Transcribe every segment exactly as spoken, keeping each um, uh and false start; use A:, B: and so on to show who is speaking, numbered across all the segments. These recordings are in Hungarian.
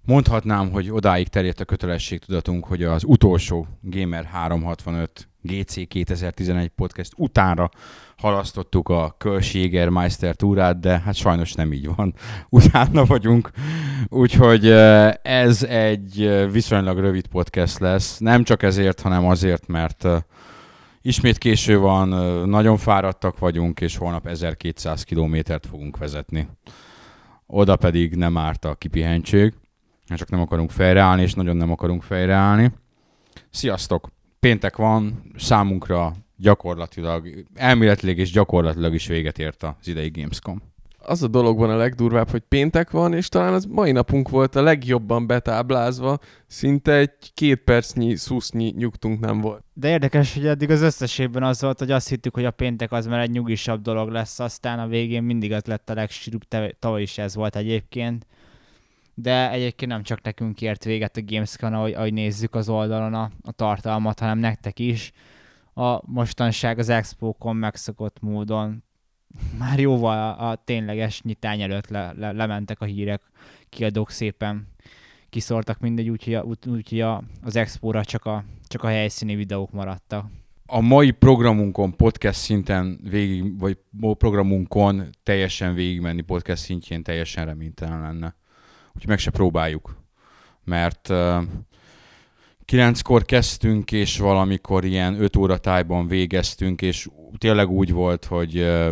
A: Mondhatnám, hogy odáig terjedt a kötelességtudatunk, hogy az utolsó Gamer háromszázhatvanöt gé cé kétezer-tizenegy podcast utánra halasztottuk a Kölsch Jägermeister túrát, de hát sajnos nem így van. Utána vagyunk, úgyhogy ez egy viszonylag rövid podcast lesz. Nem csak ezért, hanem azért, mert ismét késő van, nagyon fáradtak vagyunk, és holnap ezerkétszáz kilométert fogunk vezetni. Oda pedig nem árt a kipihentség. Csak nem akarunk fejreállni, és nagyon nem akarunk fejreállni. Sziasztok! Péntek van, számunkra gyakorlatilag, elméletileg és gyakorlatilag is véget ért az idei Gamescom.
B: Az a dolog van a legdurvább, hogy péntek van, és talán az mai napunk volt a legjobban betáblázva, szinte egy két percnyi szusznyi nyugtunk nem volt.
C: De érdekes, hogy eddig az összes évben az volt, hogy azt hittük, hogy a péntek az már egy nyugisabb dolog lesz, aztán a végén mindig az lett a legsűrűbb, tavaly is ez volt egyébként. De egyébként nem csak nekünk ért véget a Gamescom, ahogy, ahogy nézzük az oldalon a, a tartalmat, hanem nektek is. A mostanság az Expókon megszokott módon már jóval a, a tényleges nyitány előtt le, le, lementek a hírek, kiadók szépen kiszórtak mindegy, úgyhogy, a, úgyhogy a, az Expóra csak a, csak a helyszíni videók maradtak.
A: A mai programunkon podcast szinten végig, vagy programunkon teljesen végigmenni podcast szintjén teljesen reménytelen lenne. Úgyhogy meg se próbáljuk, mert uh, kilenckor kezdtünk, és valamikor ilyen öt óra tájban végeztünk, és tényleg úgy volt, hogy uh,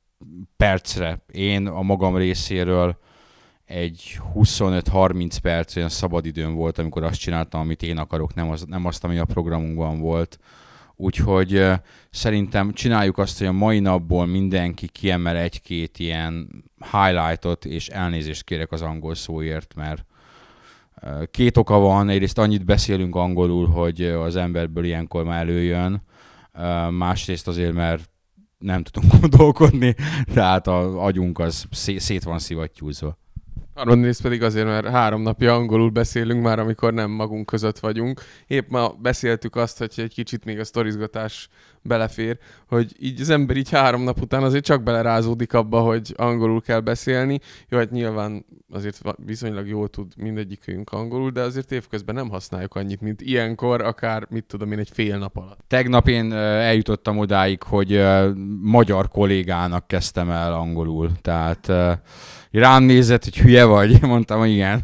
A: percre, én a magam részéről egy huszonöt-harminc perc olyan szabadidőm volt, amikor azt csináltam, amit én akarok, nem, az, nem azt, ami a programunkban volt. Úgyhogy uh, szerintem csináljuk azt, hogy a mai napból mindenki kiemel egy-két ilyen highlightot, és elnézést kérek az angol szóért, mert uh, két oka van. Egyrészt annyit beszélünk angolul, hogy az emberből ilyenkor már előjön. Uh, másrészt azért, mert nem tudunk gondolkodni, tehát az agyunk az szé- szét van szivattyúzva.
B: Harmadrészt pedig azért, mert három napja angolul beszélünk már, amikor nem magunk között vagyunk. Épp ma beszéltük azt, hogy egy kicsit még a sztorizgatás belefér, hogy így az ember így három nap után azért csak belerázódik abba, hogy angolul kell beszélni. Jó, hát nyilván azért viszonylag jól tud mindegyikünk angolul, de azért évközben nem használjuk annyit, mint ilyenkor, akár mit tudom én, egy fél nap alatt.
A: Tegnap én eljutottam odáig, hogy magyar kollégának kezdtem el angolul, tehát rám nézett, hogy hülye vagy, mondtam, hogy igen,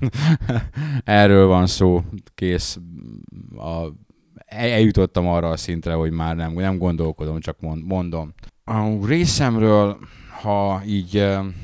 A: erről van szó, kész. A, eljutottam arra a szintre, hogy már nem, nem gondolkodom, csak mond, mondom. A részemről, ha így,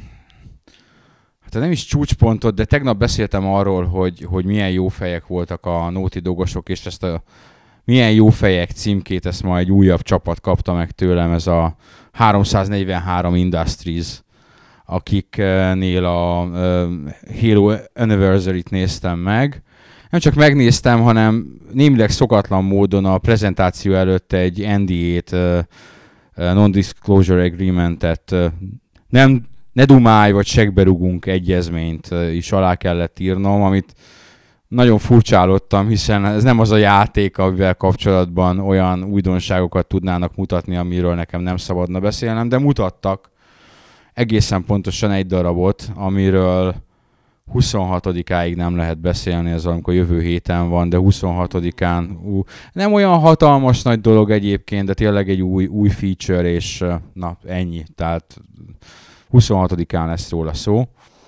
A: hát nem is csúcspontot, de tegnap beszéltem arról, hogy, hogy milyen jó fejek voltak a Naughty Dogosok, és ezt a milyen jó fejek címkét, ezt ma egy újabb csapat kapta meg tőlem, ez a háromszáznegyvenhárom Industries, akiknél a Halo Anniversary-t néztem meg. Nem csak megnéztem, hanem némileg szokatlan módon a prezentáció előtt egy en dé á-t, Non-Disclosure Agreement-et, nem, ne dumálj vagy segberugunk egyezményt is alá kellett írnom, amit nagyon furcsálottam, hiszen ez nem az a játék, amivel kapcsolatban olyan újdonságokat tudnának mutatni, amiről nekem nem szabadna beszélnem, de mutattak egészen pontosan egy darabot, amiről huszonhatodikáig nem lehet beszélni, ez amikor jövő héten van, de huszonhatodikán ú, nem olyan hatalmas nagy dolog egyébként, de tényleg egy új, új feature, és na ennyi, tehát huszonhatodikán lesz róla szó.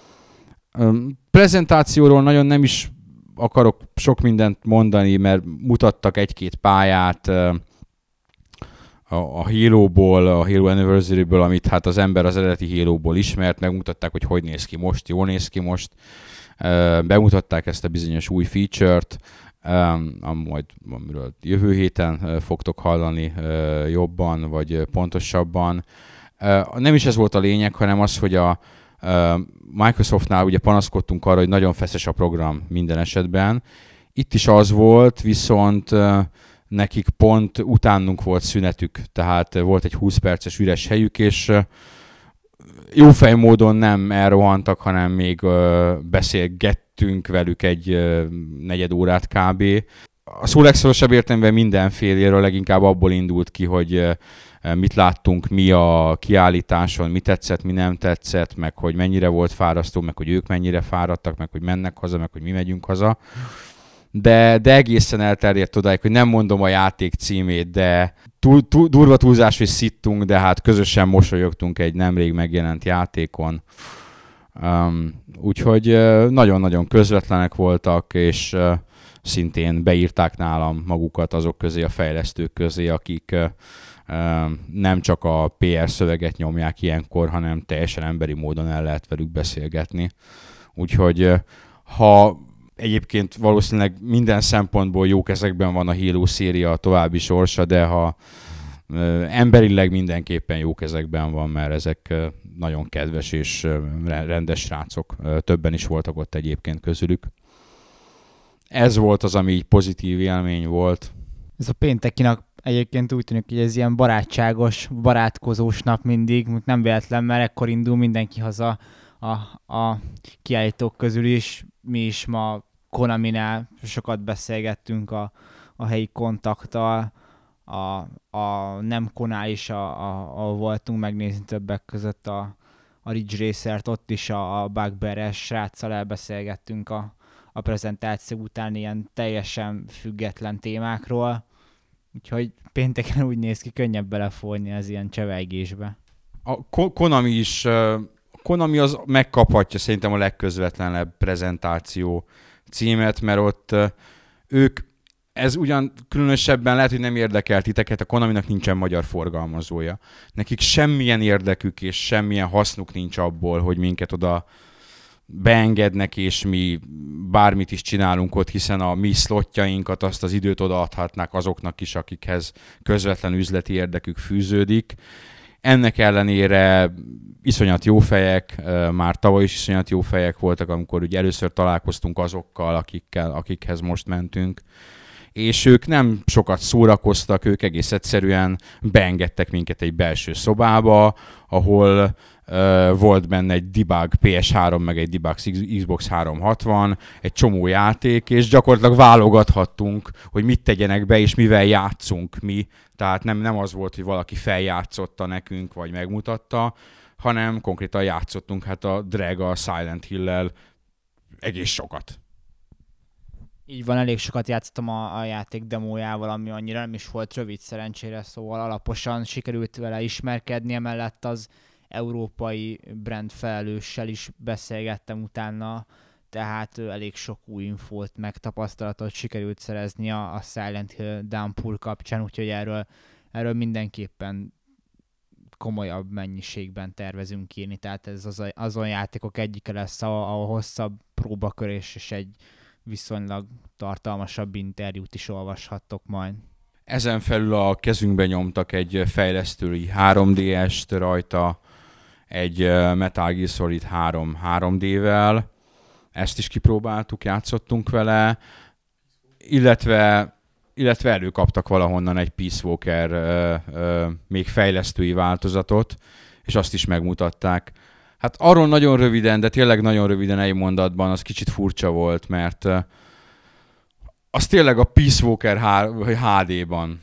A: Prezentációról nagyon nem is akarok sok mindent mondani, mert mutattak egy-két pályát a Halo-ból, a Halo Anniversary-ből, amit hát az ember az eredeti Halo-ból ismert, megmutatták, hogy hogy néz ki most, jól néz ki most. Bemutatták ezt a bizonyos új feature-t, majd amiről jövő héten fogtok hallani jobban, vagy pontosabban. Nem is ez volt a lényeg, hanem az, hogy a Microsoftnál ugye panaszkodtunk arra, hogy nagyon feszes a program minden esetben. Itt is az volt, viszont nekik pont utánunk volt szünetük, tehát volt egy húsz perces üres helyük, és jófej módon nem elrohantak, hanem még beszélgettünk velük egy negyed órát kb. a szó legszorosabb értelemben mindenféléről leginkább abból indult ki, hogy mit láttunk mi a kiállításon, mi tetszett, mi nem tetszett, meg hogy mennyire volt fárasztó, meg hogy ők mennyire fáradtak, meg hogy mennek haza, meg hogy mi megyünk haza. De, de egészen elterjedt odáig, hogy nem mondom a játék címét, de túl, túl, durva túlzás, hogy szittunk, de hát közösen mosolyogtunk egy nemrég megjelent játékon. Um, úgyhogy uh, nagyon-nagyon közvetlenek voltak, és uh, szintén beírták nálam magukat azok közé, a fejlesztők közé, akik uh, uh, nem csak a pé er szöveget nyomják ilyenkor, hanem teljesen emberi módon el lehet velük beszélgetni. Úgyhogy uh, ha egyébként valószínűleg minden szempontból jó kezekben van a Halo széria, a további sorsa, de ha uh, emberileg mindenképpen jó kezekben van, mert ezek uh, nagyon kedves és uh, rendes srácok. Uh, többen is voltak ott egyébként közülük. Ez volt az, ami így pozitív élmény volt.
C: Ez a péntekinak egyébként úgy tűnik, hogy ez ilyen barátságos, barátkozós nap mindig, nem véletlen, mert ekkor indul mindenki haza a, a kiállítók közül is. Mi is ma Konaminál sokat beszélgettünk a, a helyi kontakttal, a, a nem Konál is, a, a, ahol voltunk megnézni többek között a, a Ridge Racert, ott is a, a Bugbear-es sráccal elbeszélgettünk a, a prezentáció után ilyen teljesen független témákról, úgyhogy pénteken úgy néz ki, könnyebb belefolyni az ilyen csevelgésbe.
A: A Konami is, Konami az megkaphatja szerintem a legközvetlenebb prezentáció címet, mert ott ők, ez ugyan különösebben lehet, hogy nem érdekel titeket, a Konaminak nincsen magyar forgalmazója. Nekik semmilyen érdekük és semmilyen hasznuk nincs abból, hogy minket oda beengednek, és mi bármit is csinálunk ott, hiszen a mi szlotjainkat, azt az időt odaadhatnák azoknak is, akikhez közvetlen üzleti érdekük fűződik. Ennek ellenére iszonyat jó fejek, már tavaly is iszonyat jó fejek voltak, amikor ugye először találkoztunk azokkal, akikkel, akikhez most mentünk. És ők nem sokat szórakoztak, ők egész egyszerűen beengedtek minket egy belső szobába, ahol uh, volt benne egy debug pé es három, meg egy debug Xbox háromszázhatvan, egy csomó játék, és gyakorlatilag válogathattunk, hogy mit tegyenek be, és mivel játszunk mi. Tehát nem, nem az volt, hogy valaki feljátszotta nekünk, vagy megmutatta, hanem konkrétan játszottunk, hát a Drag, a Silent Hill-lel egész sokat.
C: Így van, elég sokat játszottam a, a játék demójával, ami annyira nem is volt rövid szerencsére, szóval alaposan sikerült vele ismerkedni, emellett az európai brand felelőssel is beszélgettem utána, tehát elég sok új infót, meg tapasztalatot sikerült szerezni a, a Silent Hill Downpour kapcsán, úgyhogy erről, erről mindenképpen komolyabb mennyiségben tervezünk írni, tehát ez az, azon játékok egyike lesz, a, a hosszabb próbakör és, és egy viszonylag tartalmasabb interjút is olvashattok majd.
A: Ezen felül a kezünkbe nyomtak egy fejlesztői három dé est rajta, egy Metal Gear Solid három három dé-vel, ezt is kipróbáltuk, játszottunk vele, illetve, illetve előkaptak valahonnan egy Peace Walker ö, ö, még fejlesztői változatot, és azt is megmutatták. Hát arról nagyon röviden, de tényleg nagyon röviden egy mondatban, az kicsit furcsa volt, mert uh, az tényleg a Peace Walker há dé-ban.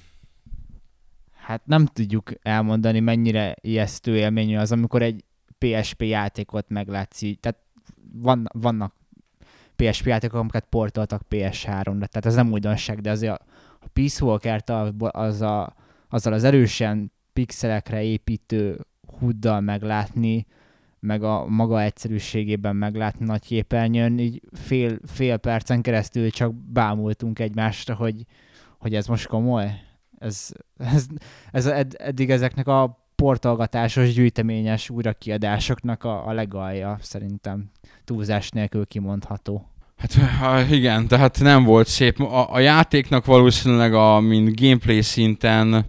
C: Hát nem tudjuk elmondani, mennyire ijesztő élményű az, amikor egy pé es pé játékot meglátsz így. Tehát van, vannak pé es pé játékok, amiket portoltak pé es háromra, tehát ez nem újdonság, de azért a, a Peace Walker-t az a, azzal az erősen pixelekre építő húddal meglátni, meg a maga egyszerűségében meglátni nagy képernyőn, így fél, fél percen keresztül csak bámultunk egymásra, hogy, hogy ez most komoly. Ez, ez, ez ed, eddig ezeknek a portolgatásos, gyűjteményes újrakiadásoknak a, a legalja szerintem túlzás nélkül kimondható.
A: Hát igen, tehát nem volt szép. A, a játéknak valószínűleg a mint gameplay szinten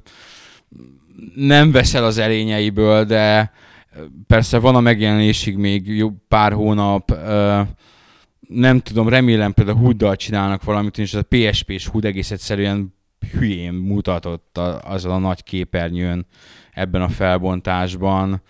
A: nem veszel az erényeiből, de persze van a megjelenésig még jó pár hónap, nem tudom, remélem például húddal csinálnak valamit, és ez a pé es pés húd egész egyszerűen hülyén mutatott azon a nagy képernyőn ebben a felbontásban.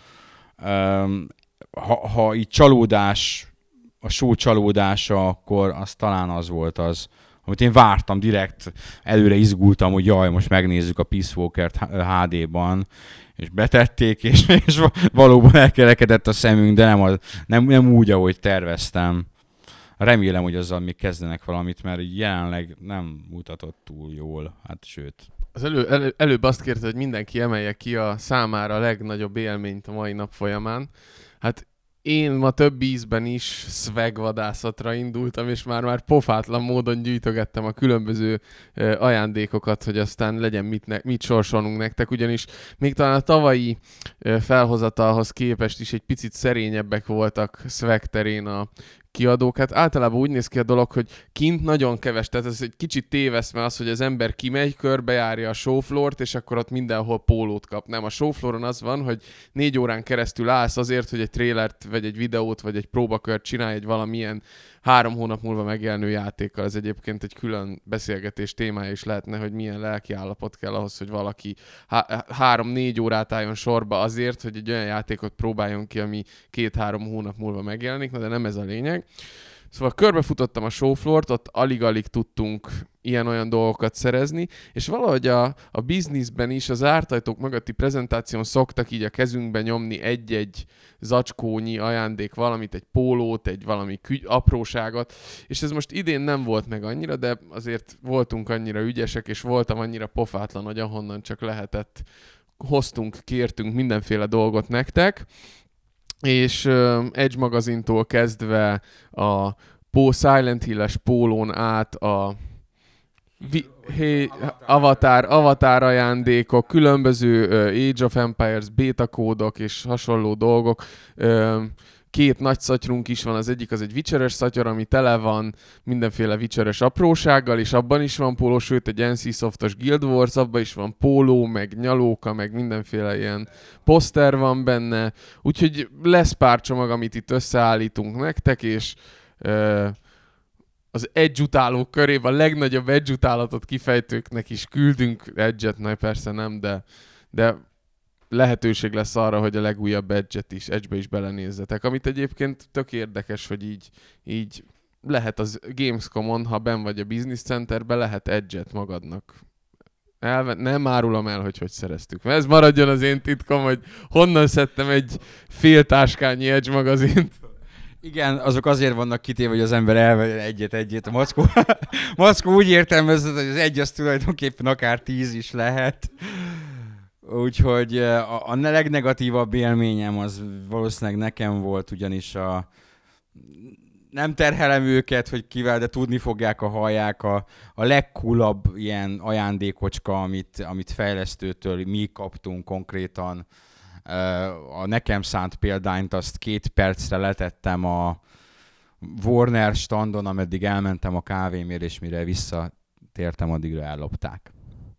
A: Ha, ha így csalódás, a show csalódása, akkor az talán az volt az, amit én vártam direkt, előre izgultam, hogy jaj, most megnézzük a Peace Walker-t há dé-ban, és betették, és, és valóban elkerekedett a szemünk, de nem, az, nem, nem úgy, ahogy terveztem. Remélem, hogy azzal még kezdenek valamit, mert jelenleg nem mutatott túl jól, hát sőt.
B: Az elő, elő, előbb azt kérte, hogy mindenki emelje ki a számára a legnagyobb élményt a mai nap folyamán. Hát én ma több ízben is szvegvadászatra indultam, és már-már pofátlan módon gyűjtögettem a különböző uh, ajándékokat, hogy aztán legyen mit, ne- mit sorsolnunk nektek, ugyanis még talán a tavalyi uh, felhozatalhoz képest is egy picit szerényebbek voltak szveg terén a kiadók. Hát általában úgy néz ki a dolog, hogy kint nagyon keves, tehát ez egy kicsit tévesz, mert az, hogy az ember kimegy, körbejárja a showfloort, és akkor ott mindenhol pólót kap. Nem, a showflooron az van, hogy négy órán keresztül állsz azért, hogy egy trélert, vagy egy videót, vagy egy próbakört csinálj egy valamilyen három hónap múlva megjelenő játékkal. Ez egyébként egy külön beszélgetés témája is lehetne, hogy milyen lelki állapot kell ahhoz, hogy valaki há- három-négy órát álljon sorba azért, hogy egy olyan játékot próbáljon ki, ami két-három hónap múlva megjelenik, na de nem ez a lényeg. Szóval körbefutottam a showfloort, ott alig-alig tudtunk ilyen-olyan dolgokat szerezni, és valahogy a, a bizniszben is az ártajtók mögötti prezentáción szoktak így a kezünkbe nyomni egy-egy zacskónyi ajándék, valamit, egy pólót, egy valami kügy, apróságot, és ez most idén nem volt meg annyira, de azért voltunk annyira ügyesek, és voltam annyira pofátlan, hogy ahonnan csak lehetett, hoztunk, kértünk mindenféle dolgot nektek, és uh, Edge magazintól kezdve a Pó Silent Hill-es pólón át a vi- hey, avatar, avatar ajándékok, különböző uh, Age of Empires beta kódok és hasonló dolgok. Uh, két nagy szatyrunk is van, az egyik az egy Witcheres szatyor, ami tele van mindenféle Witcheres aprósággal, és abban is van póló, sőt egy en cé Softos Guild Wars, abban is van póló, meg nyalóka, meg mindenféle ilyen poszter van benne, úgyhogy lesz pár csomag, amit itt összeállítunk nektek, és uh, az Edge utálók körében a legnagyobb Edge utálatot kifejtőknek is küldünk Edge-et, na persze nem, de, de lehetőség lesz arra, hogy a legújabb Edge-et is, Edge-be is belenézzetek, amit egyébként tök érdekes, hogy így, így lehet az Gamescom-on, ha benn vagy a Business Centerben, lehet Edge-et magadnak. Elve- nem árulom el, hogy hogy szereztük. Mert ez maradjon az én titkom, hogy honnan szedtem egy fél táskányi Edge magazint.
A: Igen, azok azért vannak kitéve, hogy az ember elvegyen egyet-egyet. A Mackó, Mackó úgy értelmezett, hogy az egy az tulajdonképpen akár tíz is lehet. Úgyhogy a, a legnegatívabb élményem az valószínűleg nekem volt, ugyanis a nem terhelem őket, hogy kivel, de tudni fogják, a hallják, a, a legcoolabb ilyen ajándékocska, amit, amit fejlesztőtől mi kaptunk konkrétan. A nekem szánt példányt azt két percre letettem a Warner standon, ameddig elmentem a kávémért, és mire visszatértem, addigra ellopták.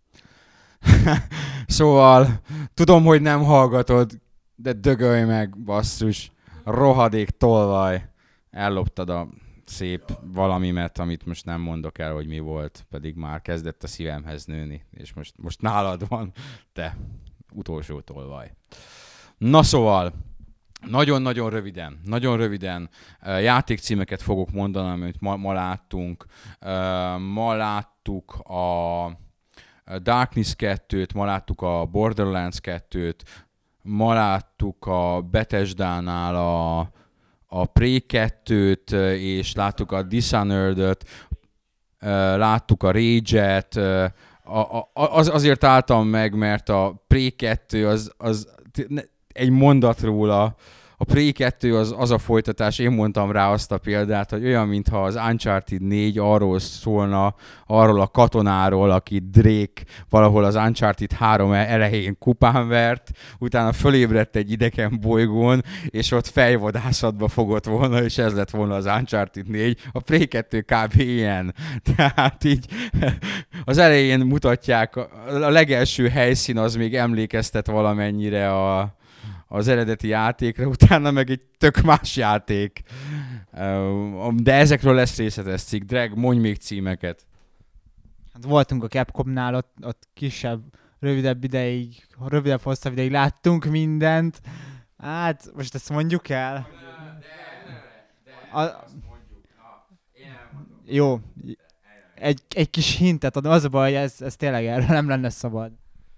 A: Szóval tudom, hogy nem hallgatod, de dögölj meg, basszus, rohadék tolvaj, elloptad a szép valamimet, amit most nem mondok el, hogy mi volt, pedig már kezdett a szívemhez nőni, és most, most nálad van, te utolsó tolvaj. Na szóval, nagyon-nagyon röviden, nagyon röviden játékcímeket fogok mondani, amit ma, ma láttunk. Ma láttuk a Darkness kettőt, ma láttuk a Borderlands kettőt, ma láttuk a Bethesda-nál a, a Prey kettőt, és láttuk a Dishonored-öt, láttuk a Rage-et, a, a, az, azért álltam meg, mert a Prey kettő az, az egy mondat róla, a Prey kettő az, az a folytatás, én mondtam rá azt a példát, hogy olyan, mintha az Uncharted négy arról szólna, arról a katonáról, aki Drake valahol az Uncharted három elején kupán vert, utána fölébredt egy idegen bolygón, és ott fejvadászatba fogott volna, és ez lett volna az Uncharted négy. A Prey kettő kb. Ilyen. Tehát így az elején mutatják, a legelső helyszín az még emlékeztet valamennyire a az eredeti játékra, utána meg egy tök más játék. De ezekről lesz részletes cikk. Drag, mondj még címeket.
C: Hát voltunk a Capcomnál, ott, ott kisebb, rövidebb ideig, rövidebb, hosszabb ideig láttunk mindent. Hát, most ezt mondjuk el? De, de, de, de a... Jó. egy, egy kis hintet adom, az a baj, hogy ez, ez tényleg erről nem lenne szabad.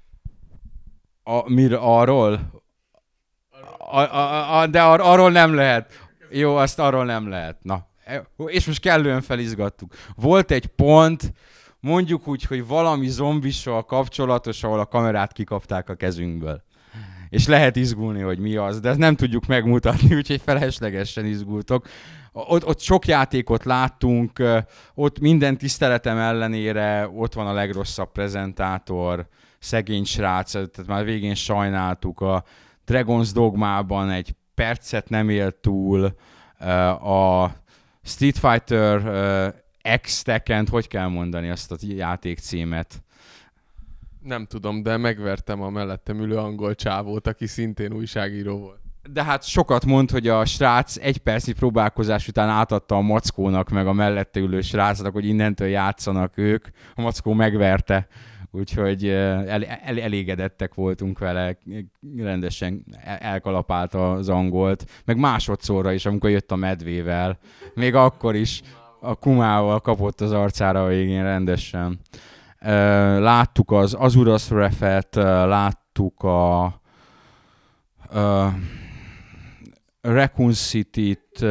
A: A, mire, arról? A, a, a, de ar, arról nem lehet. Jó, azt arról nem lehet. Na, és most kellően felizgattuk. Volt egy pont, mondjuk úgy, hogy valami zombissal kapcsolatos, ahol a kamerát kikapták a kezünkből. És lehet izgulni, hogy mi az, de ezt nem tudjuk megmutatni, úgyhogy feleslegesen izgultok. Ott, ott sok játékot láttunk, ott minden tiszteletem ellenére ott van a legrosszabb prezentátor, szegény srác, tehát már végén sajnáltuk. A Dragon's Dogmában egy percet nem élt túl, a Street Fighter X-Tekkent, hogy kell mondani azt a játékcímet?
B: Nem tudom, de megvertem a mellettem ülő angol csávót, aki szintén újságíró volt.
A: De hát sokat mond, hogy a srác egy perci próbálkozás után átadta a mackónak, meg a mellette ülő srácnak, hogy innentől játszanak ők. A mackó megverte, úgyhogy el, el, elégedettek voltunk vele, rendesen elkalapálta az angolt, meg másodszorra is, amikor jött a medvével. Még akkor is a kumával kapott az arcára a végén rendesen. Láttuk az Azuras Wrath-et, láttuk a, a Raccoon City-t,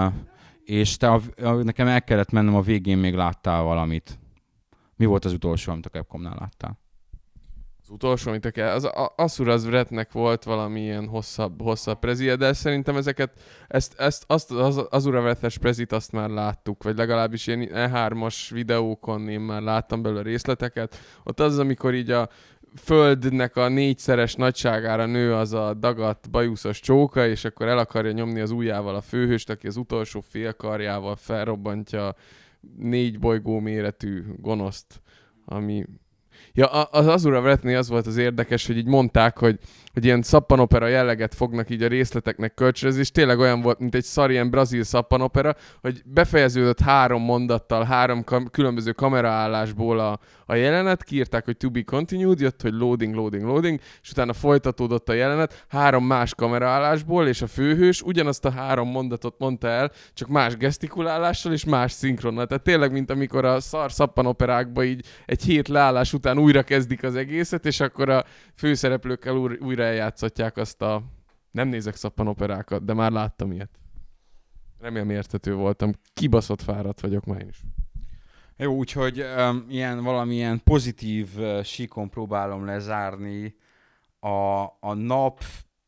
A: és te a, a, nekem el kellett mennem, a végén még láttál valamit. Mi volt az utolsó, amit a Capcomnál láttál?
B: Az utolsó, amit a, az Azuras Wrath-nek volt valamilyen hosszabb, hosszabb prezie, de szerintem ezeket, ezt, ezt, azt az Azuras Wrath-es prezit azt már láttuk, vagy legalábbis ilyen E hármas videókon én már láttam belőle részleteket. Ott az, amikor így a földnek a négyszeres nagyságára nő az a dagadt bajuszos csóka, és akkor el akarja nyomni az ujjával a főhőst, aki az utolsó félkarjával felrobbantja négy bolygó méretű gonoszt, ami... Ja, az Azuras Wrath-nél az volt az érdekes, hogy így mondták, hogy, hogy ilyen szappanopera jelleget fognak így a részleteknek kölcsönözni, és tényleg olyan volt, mint egy szar ilyen brazil szappanopera, hogy befejeződött három mondattal, három kam- különböző kameraállásból a, a jelenet, kiírták, hogy to be continued, jött, hogy loading, loading, loading, és utána folytatódott a jelenet három más kameraállásból, és a főhős ugyanazt a három mondatot mondta el, csak más gesztikulálással és más szinkronnal. Tehát tényleg, mint amikor a szar szappanoperákban így egy hét leállás után újra kezdik az egészet, és akkor a főszereplőkkel újra eljátszatják azt a... Nem nézek szappanoperákat, de már láttam ilyet. Remélem érthető voltam. Kibaszott fáradt vagyok már én is.
A: Jó, úgyhogy um, ilyen, valamilyen pozitív uh, síkon próbálom lezárni a, a nap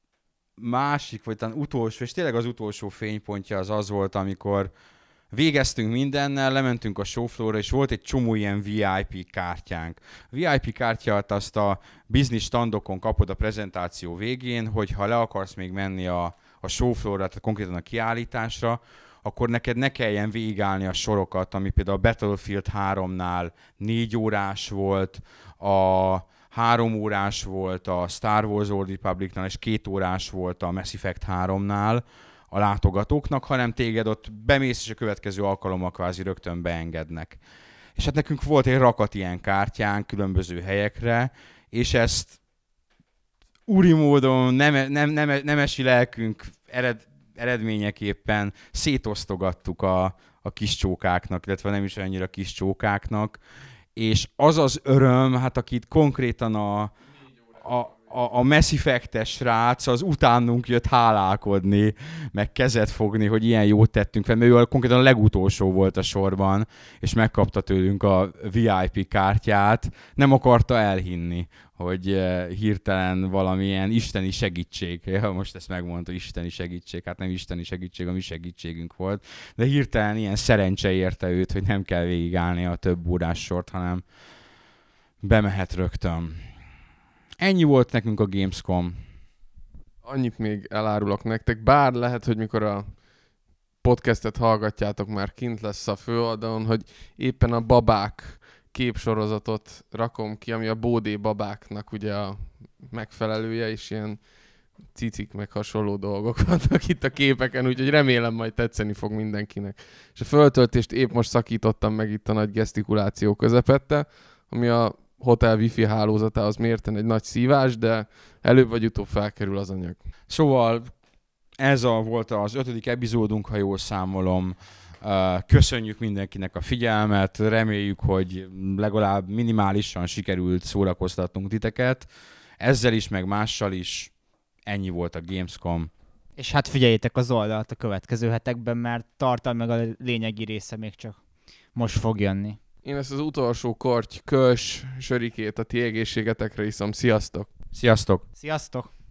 A: másik, vagy talán utolsó, és tényleg az utolsó fénypontja az az volt, amikor végeztünk mindennel, lementünk a showfloorra, és volt egy csomó ilyen vé i pé kártyánk. A vé i pé kártyát azt a business standokon kapod a prezentáció végén, hogy ha le akarsz még menni a, a showfloorra, tehát konkrétan a kiállításra, akkor neked ne kelljen végigállni a sorokat, ami például a Battlefield háromnál négy órás volt, a három órás volt a Star Wars Old Republicnál, és két órás volt a Mass Effect háromnál, a látogatóknak, hanem téged ott bemész, és a következő alkalommal kvázi rögtön beengednek. És hát nekünk volt egy rakat ilyen kártyánk különböző helyekre, és ezt úri módon nem, nem, nem, nemesi lelkünk ered, eredményeképpen szétosztogattuk a, a kis csókáknak, illetve nem is annyira kis csókáknak, és az az öröm, hát akit konkrétan a, a A, a Mass Effect-es srác az utánunk jött hálálkodni, meg kezet fogni, hogy ilyen jót tettünk fel, mert ő konkrétan a legutolsó volt a sorban, és megkapta tőlünk a vé i pé kártyát. Nem akarta elhinni, hogy hirtelen valamilyen isteni segítség, ja, most ezt megmondta, isteni segítség, hát nem isteni segítség, a mi segítségünk volt, de hirtelen ilyen szerencse érte őt, hogy nem kell végigállni a több órás sort, hanem bemehet rögtön. Ennyi volt nekünk a Gamescom.
B: Annyit még elárulok nektek, bár lehet, hogy mikor a podcastet hallgatjátok, már kint lesz a főoldalon, hogy éppen a babák képsorozatot rakom ki, ami a Bódé babáknak ugye a megfelelője, és ilyen cicik meg hasonló dolgok vannak itt a képeken, úgyhogy remélem majd tetszeni fog mindenkinek. És a föltöltést épp most szakítottam meg itt a nagy gesztikuláció közepette, ami a hotel wifi hálózatához mérten egy nagy szívás, de előbb vagy utóbb felkerül az anyag.
A: Szóval ez a, volt az ötödik epizódunk, ha jól számolom. Köszönjük mindenkinek a figyelmet, reméljük, hogy legalább minimálisan sikerült szórakoztatnunk titeket. Ezzel is, meg mással is ennyi volt a Gamescom.
C: És hát figyeljétek az oldalt a következő hetekben, mert tartalmi meg a lényegi része még csak most fog jönni.
B: Én ezt az utolsó korty, kös, sörikét a ti egészségetekre iszom. Sziasztok!
A: Sziasztok!
C: Sziasztok!